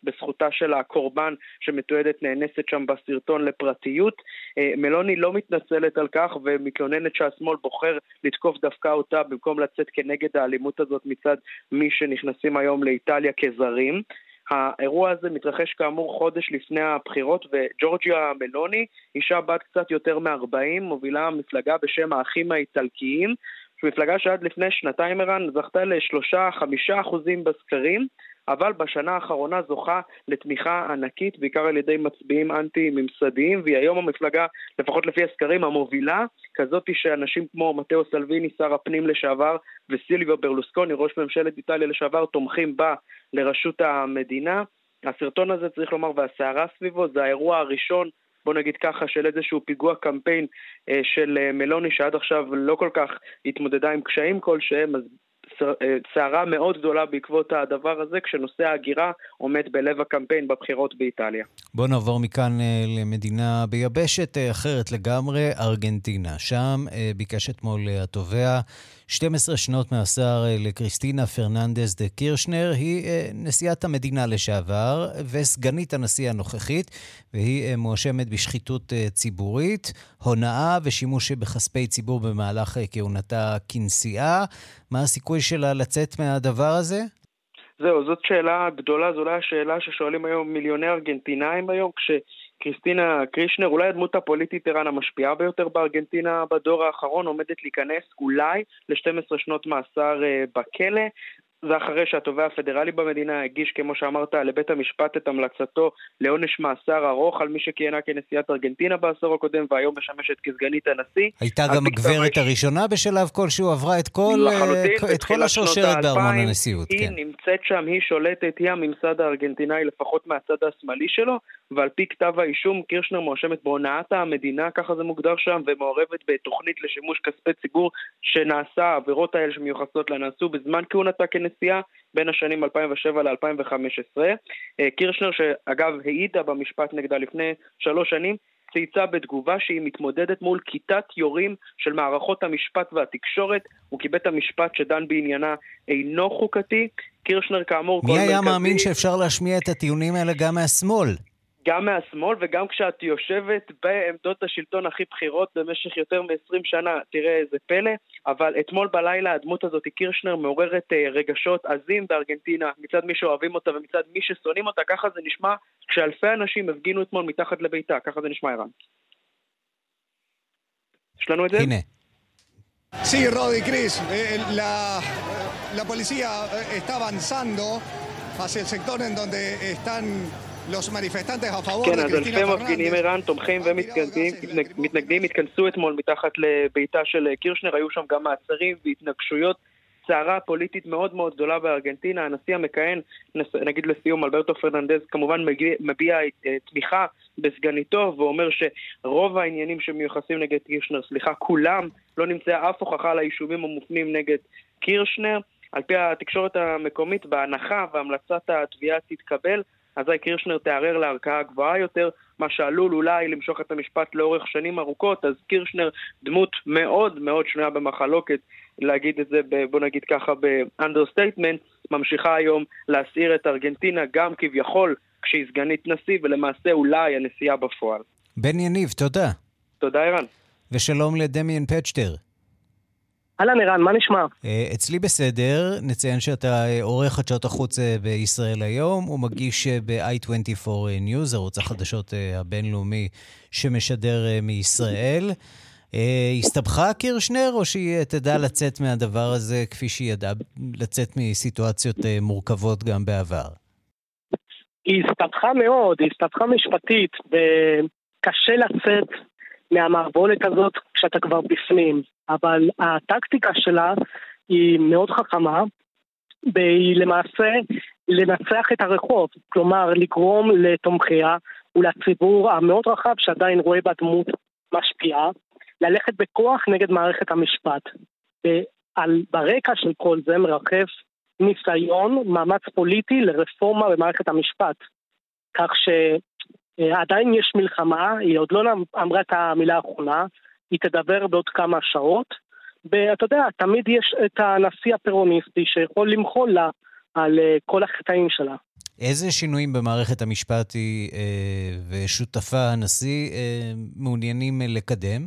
בזכותה של הקורבן שמתועדת נאנסת שם בסרטון לפרטיות. מלוני לא מתנצלת על כך ומתלוננת שהשמאל בוחר לתקוף דווקא אותה במקום לצאת כנגד האלימות הזאת מצד מי שנכנסים היום לאיטליה כזרים. האירוע הזה מתרחש כאמור חודש לפני הבחירות, וג'ורג'יה מלוני, אישה בת קצת יותר מ-ארבעים, מובילה מפלגה בשם האחים האיטלקיים, מפלגה שעד לפני שנתיים ערן זכתה לשלושה, חמישה אחוזים בסקרים, אבל בשנה האחרונה זוכה לתמיכה ענקית, בעיקר על ידי מצביעים אנטי-ממסדיים, והיא היום המפלגה, לפחות לפי הסקרים, המובילה, כזאת שאנשים כמו מתאו סלוויני, שר הפנים לשעבר, וסילביו ברלוסקוני, ראש ממשלת איטליה לשעבר, תומכים בה לראשות המדינה. הסרטון הזה, צריך לומר, והסערה סביבו, זה האירוע הראשון, בוא נגיד ככה, של איזשהו פיגוע קמפיין אה, של אה, מלוני, שעד עכשיו לא כל כך התמודדה עם קשיים כלשהם, אז סערה מאוד גדולה בעקבות הדבר הזה, כשנושא ההגירה עומד בלב הקמפיין בבחירות באיטליה. בוא נעבור מכאן למדינה ביבשת אחרת לגמרי, ארגנטינה. שם ביקש אתמול התובע שתים עשרה שנות מאסר לקריסטינה פרננדז דה קירשנר. היא נשיאת המדינה לשעבר וסגנית הנשיא הנוכחית, והיא מואשמת בשחיתות ציבורית, הונאה ושימוש בכספי ציבור במהלך כהונתה כנשיאה. מה הסיכוי שלה לצאת מהדבר הזה? זהו, זאת שאלה גדולה, זו אולי השאלה ששואלים היום מיליוני ארגנטינאים היום, כשקריסטינה קירשנר, אולי הדמות הפוליטית איראן המשפיעה ביותר בארגנטינה בדור האחרון, עומדת להיכנס אולי ל-שתים עשרה שנות מאסר בכלא. זה אחרי שהתובע הפדרלי במדינה הגיש, כמו שאמרת, לבית המשפט את המלצתו לעונש מאסר ארוך על מי שכיהנה כנשיאת ארגנטינה בעשור הקודם, והיום משמשת כסגנית הנשיא. הייתה גם הגברת הראשונה בשלב כלשהו, עברה את כל, את כל השרשרת בארמון הנשיאות. היא כן. נמצאת שם, היא שולטת, היא הממסד הארגנטינאי לפחות מהצד השמאלי שלו, ועל פי כתב האישום, קירשנר מואשמת בהונאת המדינה, ככה זה מוגדר שם, ומעורבת בתוכנית לשימוש כספי ציבור שנעשה, העבירות האלה שמיוחסות לה נעשו בזמן כהונתה כנשיאה, בין השנים אלפיים ושבע ל-אלפיים וחמש עשרה. קירשנר, שאגב העידה במשפט נגדה לפני שלוש שנים, צייצה בתגובה שהיא מתמודדת מול כיתת יורים של מערכות המשפט והתקשורת, וכי בית המשפט שדן בעניינה אינו חוקתי. קירשנר כאמור... מי היה מרכזי... מאמין שאפשר להשמיע את הטיעונים האלה גם מהשמאל? גם מהשמאל, וגם כשאת יושבת בעמדות השלטון הכי בחירות במשך יותר מ-עשרים שנה, תראה איזה פלא. אבל אתמול בלילה הדמות הזאת, קירשנר, מעוררת רגשות עזים בארגנטינה, מצד מי שאוהבים אותה ומצד מי ששונאים אותה. ככה זה נשמע כשאלפי אנשים הפגינו אתמול מתחת לביתה. ככה זה נשמע, אירן. יש לנו את זה? הנה. Sí, Rodi, Cris, eh, la, la policía está avanzando hacia el sector en donde están los manifestantes a favor כן, de אז Cristina אלפי Fernández. מפגינים איראן, תומכים ומתנגדים, התכנסו אתמול מתחת לביתה של קירשנר, היו שם גם מעצרים והתנגשויות, צערה פוליטית מאוד מאוד גדולה בארגנטינה. הנשיא המכהן, נגיד לסיום, אלברטו פרננדז, כמובן מביע תמיכה בסגניתו, ואומר שרוב העניינים שמיוחסים נגד קירשנר, סליחה, כולם, לא נמצאה אף הוכחה על האישומים המופנים נגד קירשנר. על פי התקשורת המקומית, בהנחה והמלצת התביעה תתקבל, אזי קירשנר תערער לערכאה גבוהה יותר, מה שעלול אולי למשוך את המשפט לאורך שנים ארוכות. אז קירשנר דמות מאוד מאוד שנויה במחלוקת, להגיד את זה, בוא נגיד ככה, באנדרסטייטמנט, ממשיכה היום להסעיר את ארגנטינה, גם כביכול כשהיא סגנית נשיא, ולמעשה אולי הנשיאה בפועל. בן יניב, תודה. תודה, אירן. ושלום לדמיין פצ'טר. אהלן אירן, מה נשמע? אצלי בסדר, נציין שאתה עורך חדשות החוץ בישראל היום, הוא מגיש ב-איי עשרים וארבע News, ערוץ החדשות הבינלאומי שמשדר מישראל. הסתבכה קירשנר, או שהיא תדע לצאת מהדבר הזה כפי שהיא ידעה לצאת מסיטואציות מורכבות גם בעבר? היא הסתבכה מאוד, היא הסתבכה משפטית, וקשה לצאת מהמערבולת הזאת כשאתה כבר בפנים. אבל הטקטיקה שלה היא מאוד חכמה, והיא למעשה לנצח את הרחוב, כלומר לגרום לתומכיה ולציבור המאוד רחב שעדיין רואה בדמות משפיעה, ללכת בכוח נגד מערכת המשפט. ועל ברקע של כל זה מרחף ניסיון, מאמץ פוליטי לרפורמה במערכת המשפט, כך שעדיין יש מלחמה, היא עוד לא אמרה את המילה האחרונה, היא תדבר בעוד כמה שעות, ואתה יודע, תמיד יש את הנשיא הפירוניסטי שיכול למחול לה על כל החטאים שלה. איזה שינויים במערכת המשפט היא אה, ושותפה הנשיא אה, מעוניינים לקדם?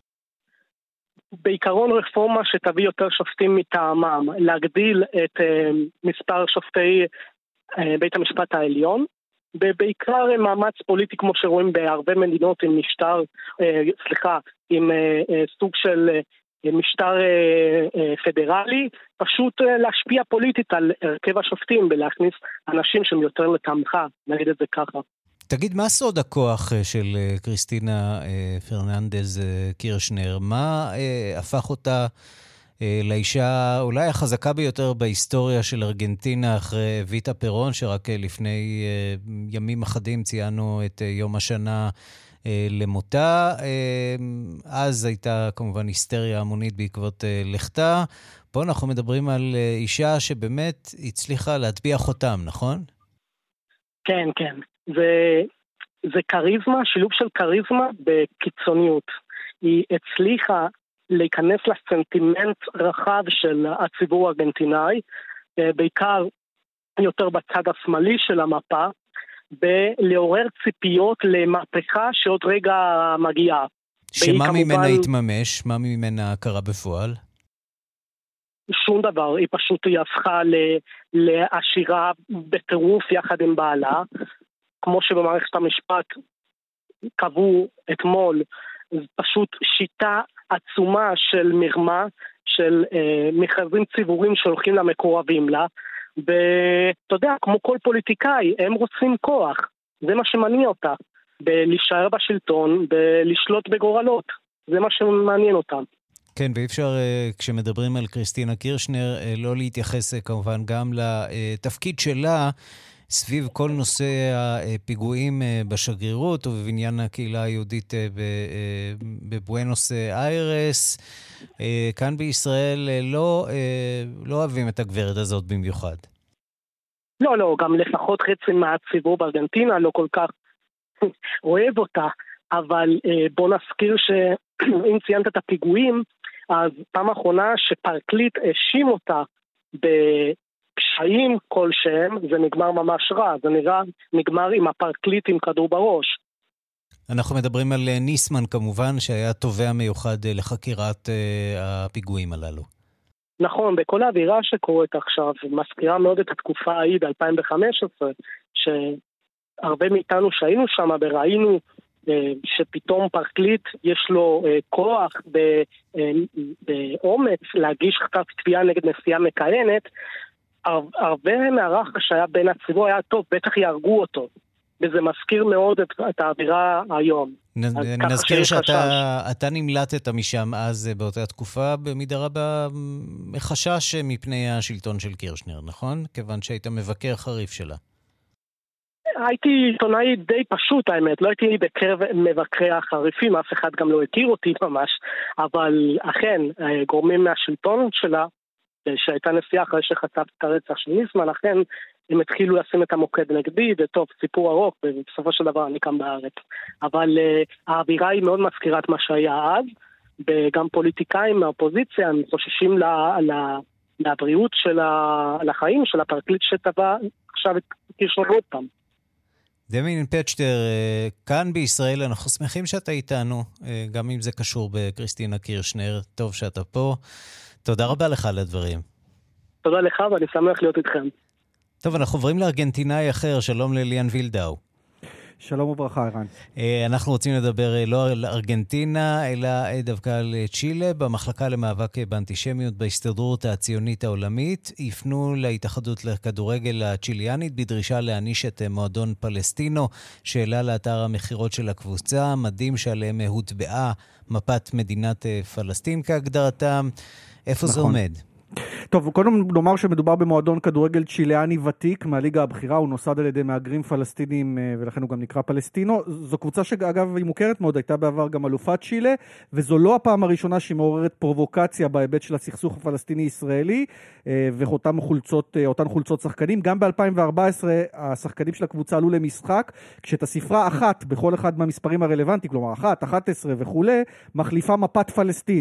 בעיקרון רפורמה שתביא יותר שופטים מטעמם, להגדיל את אה, מספר שופטי אה, בית המשפט העליון, ובעיקר מאמץ פוליטי כמו שרואים בהרבה מדינות עם משטר, אה, סליחה, עם אה, אה, סוג של אה, משטר אה, אה, פדרלי, פשוט אה, להשפיע פוליטית על הרכב השופטים ולהכניס אנשים שהם יותר לטעמך, נגיד את זה ככה. תגיד, מה סוד הכוח של קריסטינה פרננדז קירשנר? מה הפך אותה לאישה אולי החזקה ביותר בהיסטוריה של ארגנטינה אחרי ויטה פרון, שרק לפני ימים אחדים ציינו את יום השנה למותה. אז הייתה כמובן היסטריה המונית בעקבות לכתה. פה אנחנו מדברים על אישה שבאמת הצליחה להטביע חותם, נכון? כן, כן. זה, זה קריזמה, שילוב של קריזמה בקיצוניות. היא הצליחה להיכנס לסנטימנט רחב של הציבור הארגנטינאי, בעיקר יותר בצד השמאלי של המפה, בלעורר ציפיות למהפכה שעוד רגע מגיעה. שמה ממנה כמובן... התממש? מה ממנה קרה בפועל? שום דבר, היא פשוט היא הפכה לעשירה בטירוף יחד עם בעלה, כמו שבמערכת המשפט קבעו אתמול, פשוט שיטה עצומה של מרמה, של אה, מכרזים ציבוריים שהולכים למקורבים לה, ואתה יודע, כמו כל פוליטיקאי, הם רוצים כוח, זה מה שמניע אותה, בלהישאר בשלטון, בלשלוט בגורלות, זה מה שמעניין אותם. כן, ואי אפשר, כשמדברים על קריסטינה קירשנר, לא להתייחס כמובן גם לתפקיד שלה סביב כל נושא הפיגועים בשגרירות ובבניין הקהילה היהודית בבואנוס איירס. כאן בישראל לא, לא אוהבים את הגברת הזאת במיוחד. לא, לא, גם לפחות חצי מהציבור בארגנטינה לא כל כך אוהב אותה, אבל בוא נזכיר שאם ציינת את הפיגועים, אז פעם האחרונה שפרקליט האשים אותה בפשעים כלשהם, זה נגמר ממש רע, זה נראה נגמר עם הפרקליט עם כדור בראש. אנחנו מדברים על ניסמן כמובן, שהיה תובע מיוחד לחקירת הפיגועים הללו. נכון, בכל האווירה שקורית עכשיו, מזכירה מאוד את התקופה ההיא ב-אלפיים וחמש עשרה, שהרבה מאיתנו שהיינו שם וראינו שפתאום פרקליט יש לו כוח באומץ להגיש כתב תביעה נגד נשיאה מכהנת, הרבה מהרחש שהיה בין הציבור היה טוב, בטח יהרגו אותו, וזה מזכיר מאוד את, את האווירה היום. נזכיר שאתה נמלטת משם אז באותה תקופה במידה רבה מחשש מפני השלטון של קירשנר, נכון? כיוון שהיית מבקר חריף שלה. הייתי עיתונאי די פשוט, האמת, לא הייתי בקרב מבקרי החריפים, אף אחד גם לא הכיר אותי ממש, אבל אכן, גורמים מהשלטון שלה, שהייתה נשיאה אחרי שחטף את הרצח של ניסמן, אכן הם התחילו לשים את המוקד נגדי, וטוב, סיפור ארוך, ובסופו של דבר אני כאן בארץ. אבל uh, האווירה היא מאוד מזכירת מה שהיה אז, וגם פוליטיקאים מהאופוזיציה, הם חוששים לה, לה, לבריאות של ה, לחיים של הפרקליט שטבע עכשיו את קירשנר עוד פעם. דמיין פצ'טר, כאן בישראל אנחנו שמחים שאתה איתנו, גם אם זה קשור בקריסטינה קירשנר, טוב שאתה פה. תודה רבה לך על הדברים. תודה לך ואני שמח להיות איתכם. טוב, אנחנו עוברים לארגנטינאי אחר, שלום לליאן וילדאו. שלום וברכה, ערן. אנחנו רוצים לדבר לא על ארגנטינה, אלא דווקא על צ'ילה. במחלקה למאבק באנטישמיות בהסתדרות הציונית העולמית, יפנו להתאחדות לכדורגל הצ'יליאנית בדרישה להעניש את מועדון פלסטינו, שאלה לאתר המחירות של הקבוצה, מדים שעליהם הוטבעה מפת מדינת פלסטין כהגדרתם. איפה נכון. זה עומד? טוב, קודם נאמר שמדובר במועדון כדורגל צ'יליאני ותיק מהליגה הבכירה, הוא נוסד על ידי מהגרים פלסטינים ולכן הוא גם נקרא פלסטינו. זו קבוצה שאגב היא מוכרת מאוד, הייתה בעבר גם אלופת צ'ילה, וזו לא הפעם הראשונה שהיא מעוררת פרובוקציה בהיבט של הסכסוך הפלסטיני-ישראלי, ואותן חולצות, אותן חולצות שחקנים. גם ב-אלפיים וארבע עשרה השחקנים של הקבוצה עלו למשחק, כשאת הספרה אחת בכל אחד מהמספרים הרלוונטיים, כלומר אחת, אחת עשרה וכו', מחליפה מפת פלסטין.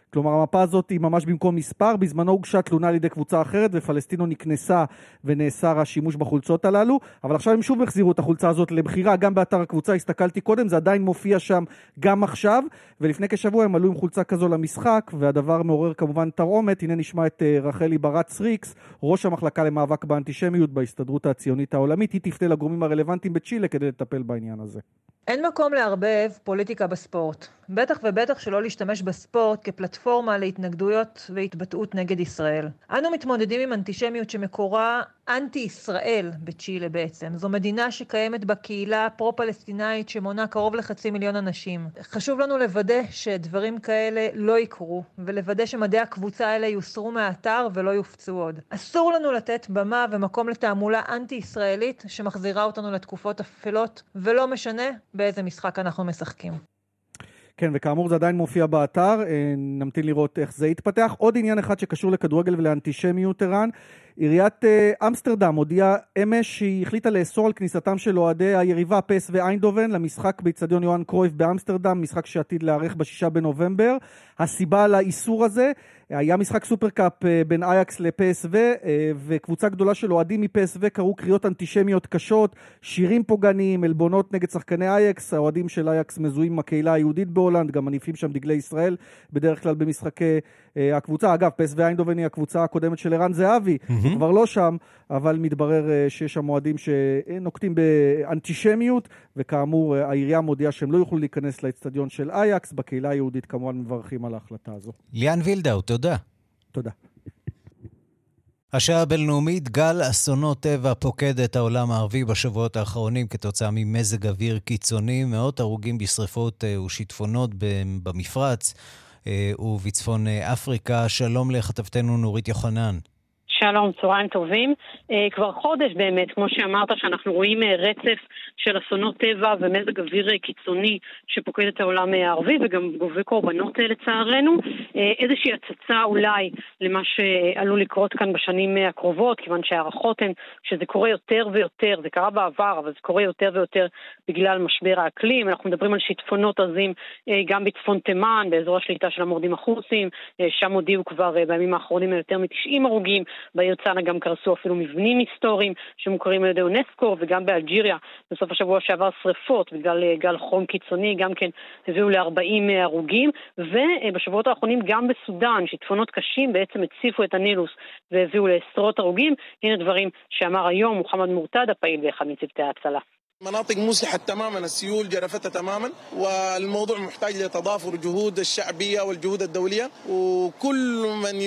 כלומר, המפה הזאת היא ממש במקום מספר, בזמנו הוגשה תלונה על ידי קבוצה אחרת, ופלסטינו נקנסה ונאסר השימוש בחולצות הללו, אבל עכשיו הם שוב החזירו את החולצה הזאת לבחירה, גם באתר הקבוצה, הסתכלתי קודם, זה עדיין מופיע שם גם עכשיו, ולפני כשבוע הם עלו עם חולצה כזו למשחק, והדבר מעורר כמובן תרעומת. הנה נשמע את רחלי ברץ ריקס, ראש המחלקה למאבק באנטישמיות בהסתדרות הציונית העולמית, היא תפנה לגורמים הרלוונטיים בצ'ילה כדי לטפל בעניין הזה. אין מקום לערבב פוליטיקה בספורט. בטח ובטח שלא להשתמש בספורט כפלטפורמה להתנגדויות והתבטאות נגד ישראל. אנו מתמודדים עם אנטישמיות שמקורה אנטי-ישראל בצ'ילה בעצם. זו מדינה שקיימת בקהילה פרו-פלסטינאית שמונה קרוב לחצי מיליון אנשים. חשוב לנו לוודא שדברים כאלה לא יקרו, ולוודא שמדעי הקבוצה האלה יוסרו מהאתר ולא יופצו עוד. אסור לנו לתת במה ומקום לתעמולה אנטי-ישראלית שמחזירה אותנו לתקופות אפלות, ולא משנה באיזה משחק אנחנו משחקים. כן, וכאמור זה עדיין מופיע באתר, נמתין לראות איך זה יתפתח. עוד עניין אחד שקשור לכדורגל ולאנטישמיות איראן, עיריית אמסטרדם הודיעה אמש שהיא החליטה לאסור על כניסתם של אוהדי היריבה פי אס וי איינדובן למשחק באצטדיון יוהאן קרויף באמסטרדם, משחק שעתיד להיערך בשישה בנובמבר. הסיבה לאיסור הזה, היה משחק סופרקאפ בין אייקס לפי אס וי, וקבוצה גדולה של אוהדים מפי אס וי קראו קריאות אנטישמיות קשות, שירים פוגעניים, אלבונות נגד שחקני אייקס. האוהדים של אייקס מזוהים עם הקהילה היהודית בהולנד, גם מניפים שם דגלי ישראל בדרך כלל במשחקי הקבוצה. אגב, פי אס וי איינדובן היא הקבוצה הקודמת של ערן זהבי, mm-hmm. כבר לא שם, אבל מתברר שיש שם מועדים שנוקטים באנטישמיות, וכאמור העירייה מודיעה שהם לא יוכלו להיכנס לאצטדיון של אייקס. בקהילה היהודית כמובן מברכים על ההחלטה הזו. ליאן וילדאו, תודה. תודה. השעה הבינלאומית, גל אסונות טבע פוקד את העולם הערבי בשבועות האחרונים כתוצאה ממזג אוויר קיצוני, מאות הרוגים בשריפות ושיטפונות במפרץ ובצפון אפריקה. שלום לכתבתנו נורית יוחנן. שלום, צהריים טובים. כבר חודש באמת, כמו שאמרת, שאנחנו רואים רצף של אסונות טבע ומזג אוויר קיצוני שפוקד את העולם הערבי וגם גובה קורבנות לצערנו. איזושהי הצצה אולי למה שעלול לקרות כאן בשנים הקרובות, כיוון שהערכות הן שזה קורה יותר ויותר, זה קרה בעבר, אבל זה קורה יותר ויותר בגלל משבר האקלים. אנחנו מדברים על שיטפונות עזים גם בצפון תימן, באזור השליטה של המורדים החות'ים, שם הודיעו כבר בימים האחרונים יותר מ-תשעים הרוגים. בעיר צאנה גם קרסו אפילו מבנים היסטוריים שמוכרים על ידי אונסקו, וגם באלג'יריה בסוף השבוע שעבר שריפות בגלל גל חום קיצוני, גם כן הביאו ל-ארבעים הרוגים, ובשבועות האחרונים גם בסודן שיטפונות קשים בעצם הציפו את הנילוס והביאו לעשרות הרוגים. הנה דברים שאמר היום מוחמד מורתד, הפעיל באחד מצוותי ההצלה. مناطق مزحت تماما، السيول جرفتها تماما، والموضوع محتاج لتضافر الجهود الشعبية والجهود الدولية، وكل من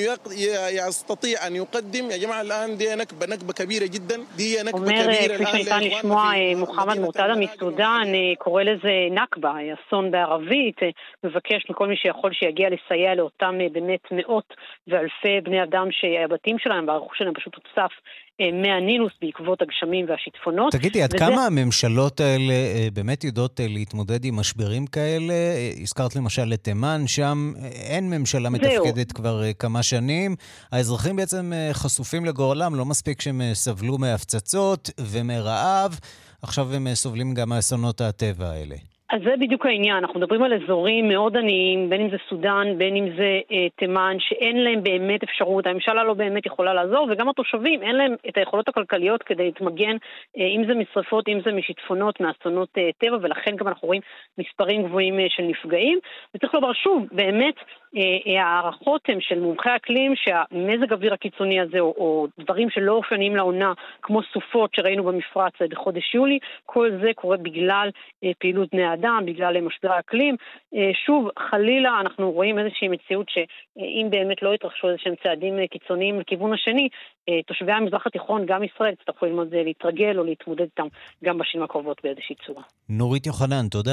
يستطيع أن يقدم. يا جماعة الآن دي نكبة نكبة كبيرة جدا، دي نكبة كبيرة. כפי שניתן לשמוע, מוחמד מורתדה מסודן קורא לזה נקבה, אסון בערבית, מבקש מכל מי שיכול שיגיע לסייע לאותם באמת מאות ואלפי בני אדם שהבתים שלהם והרכוש שלהם פשוט הוצף מהנילוס בעקבות הגשמים והשיטפונות. תגידי, עד כמה הממשלות האלה באמת יודעות להתמודד עם משברים כאלה? הזכרת למשל את תימן, שם אין ממשלה מתפקדת כבר כמה שנים. האזרחים בעצם חשופים לגורלם, לא מספיק שהם סבלו מהפצצות ומרעב, עכשיו הם סובלים גם מהאסונות הטבע האלה. אז זה בדיוק העניין, אנחנו מדברים על אזורים מאוד עניים, בין אם זה סודן, בין אם זה אה, תימן, שאין להם באמת אפשרות, הממשלה לא באמת יכולה לעזור, וגם התושבים, אין להם את היכולות הכלכליות כדי להתמגן, אה, אם זה משרפות, אם זה משיטפונות, מאסונות אה, טבע, ולכן גם אנחנו רואים מספרים גבוהים אה, של נפגעים, וצריך לומר שוב, באמת, אה, הערכות הם של מומחי אקלים, שהמזג אוויר הקיצוני הזה, או, או דברים שלא אופיינים לעונה, כמו סופות שראינו במפרץ בחודש יולי, כל זה קורה בגלל אה, פעילות בני אדם, בגלל משבר האקלים. שוב, חלילה אנחנו רואים איזושהי מציאות שאם באמת לא יתרחשו איזשהם צעדים קיצוניים לכיוון השני, תושבי המזרח התיכון, גם ישראל, יצטרכו ללמוד להתרגל או להתמודד איתם גם בשנים הקרובות באיזושהי צורה. נורית יוחנן, תודה.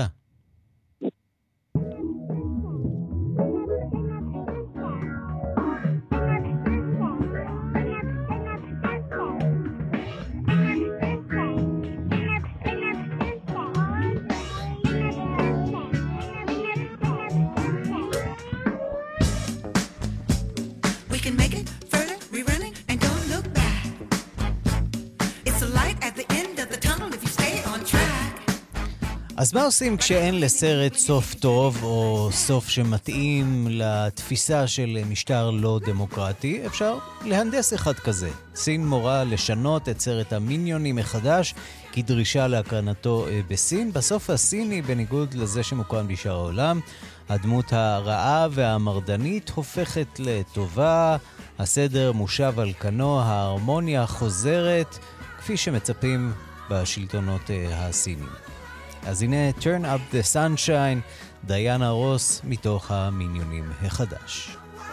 אז מה עושים כשאין לסרט סוף טוב או סוף שמתאים לתפיסה של משטר לא דמוקרטי? אפשר להנדס אחד כזה. סין מורה לשנות את סרט המיניונים מחדש כדרישה להקרנתו בסין. בסוף הסיני, בניגוד לזה שמוקרן בשאר העולם, הדמות הרעה והמרדנית הופכת לטובה, הסדר מושב על כנו, ההרמוניה חוזרת, כפי שמצפים בשלטונות הסינים. אז הנה Turn Up the Sunshine, דיינה רוס מתוך המיניונים החדש.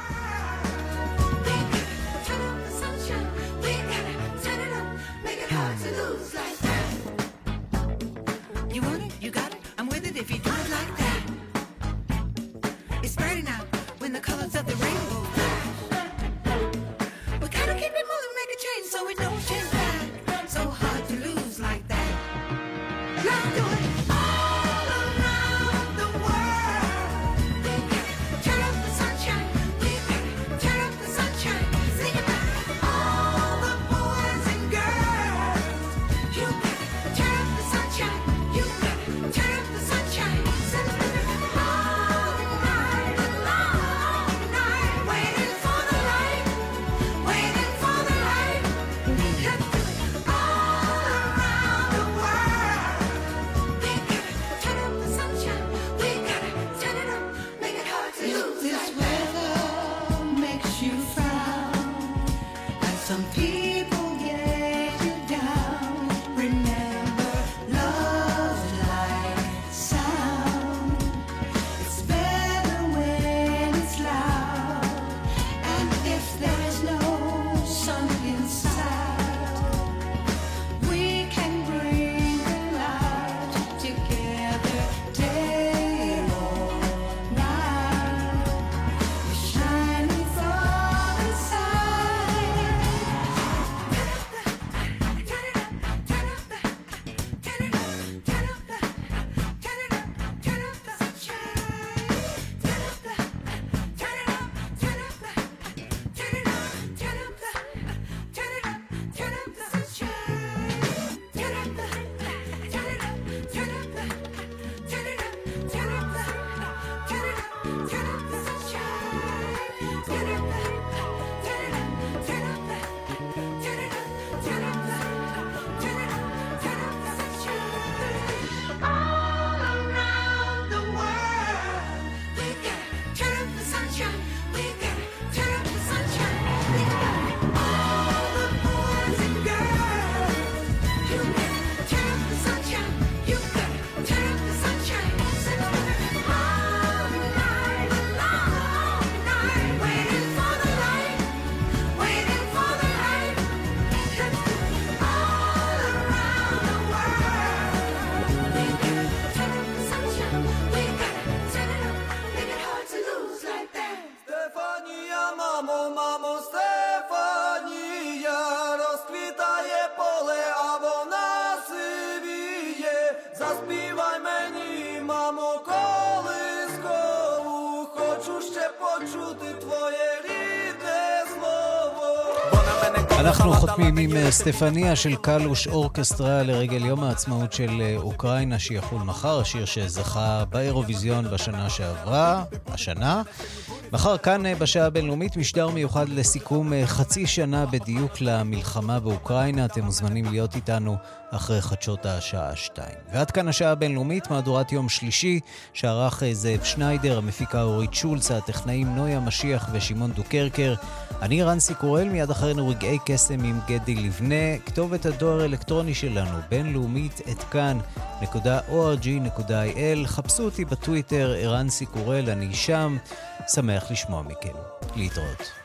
אנחנו חותמים עם סטפניה של קלוש אורקסטרה לרגל יום העצמאות של אוקראינה שיחול מחר, השיר שזכה באירוויזיון בשנה שעברה, השנה. מחר כאן בשעה הבינלאומית משדר מיוחד לסיכום חצי שנה בדיוק למלחמה באוקראינה. אתם מוזמנים להיות איתנו אחרי חדשות השעה שתיים. ועד כאן השעה הבינלאומית, מהדורת יום שלישי שערך זאב שניידר, המפיקה אורית שולץ, הטכנאים נויה משיח ושימון דוקרקר. אני רנסי קורל, מיד אחרינו רגעי קסם עם גדי לבנה. כתובת הדואר האלקטרוני שלנו בינלאומית את כאן נקודה או אר ג'י נקודה איי אל. חפשו אותי בטוויטר רנסי קורל, אני שם. שמח לשמוע מכם. להתראות.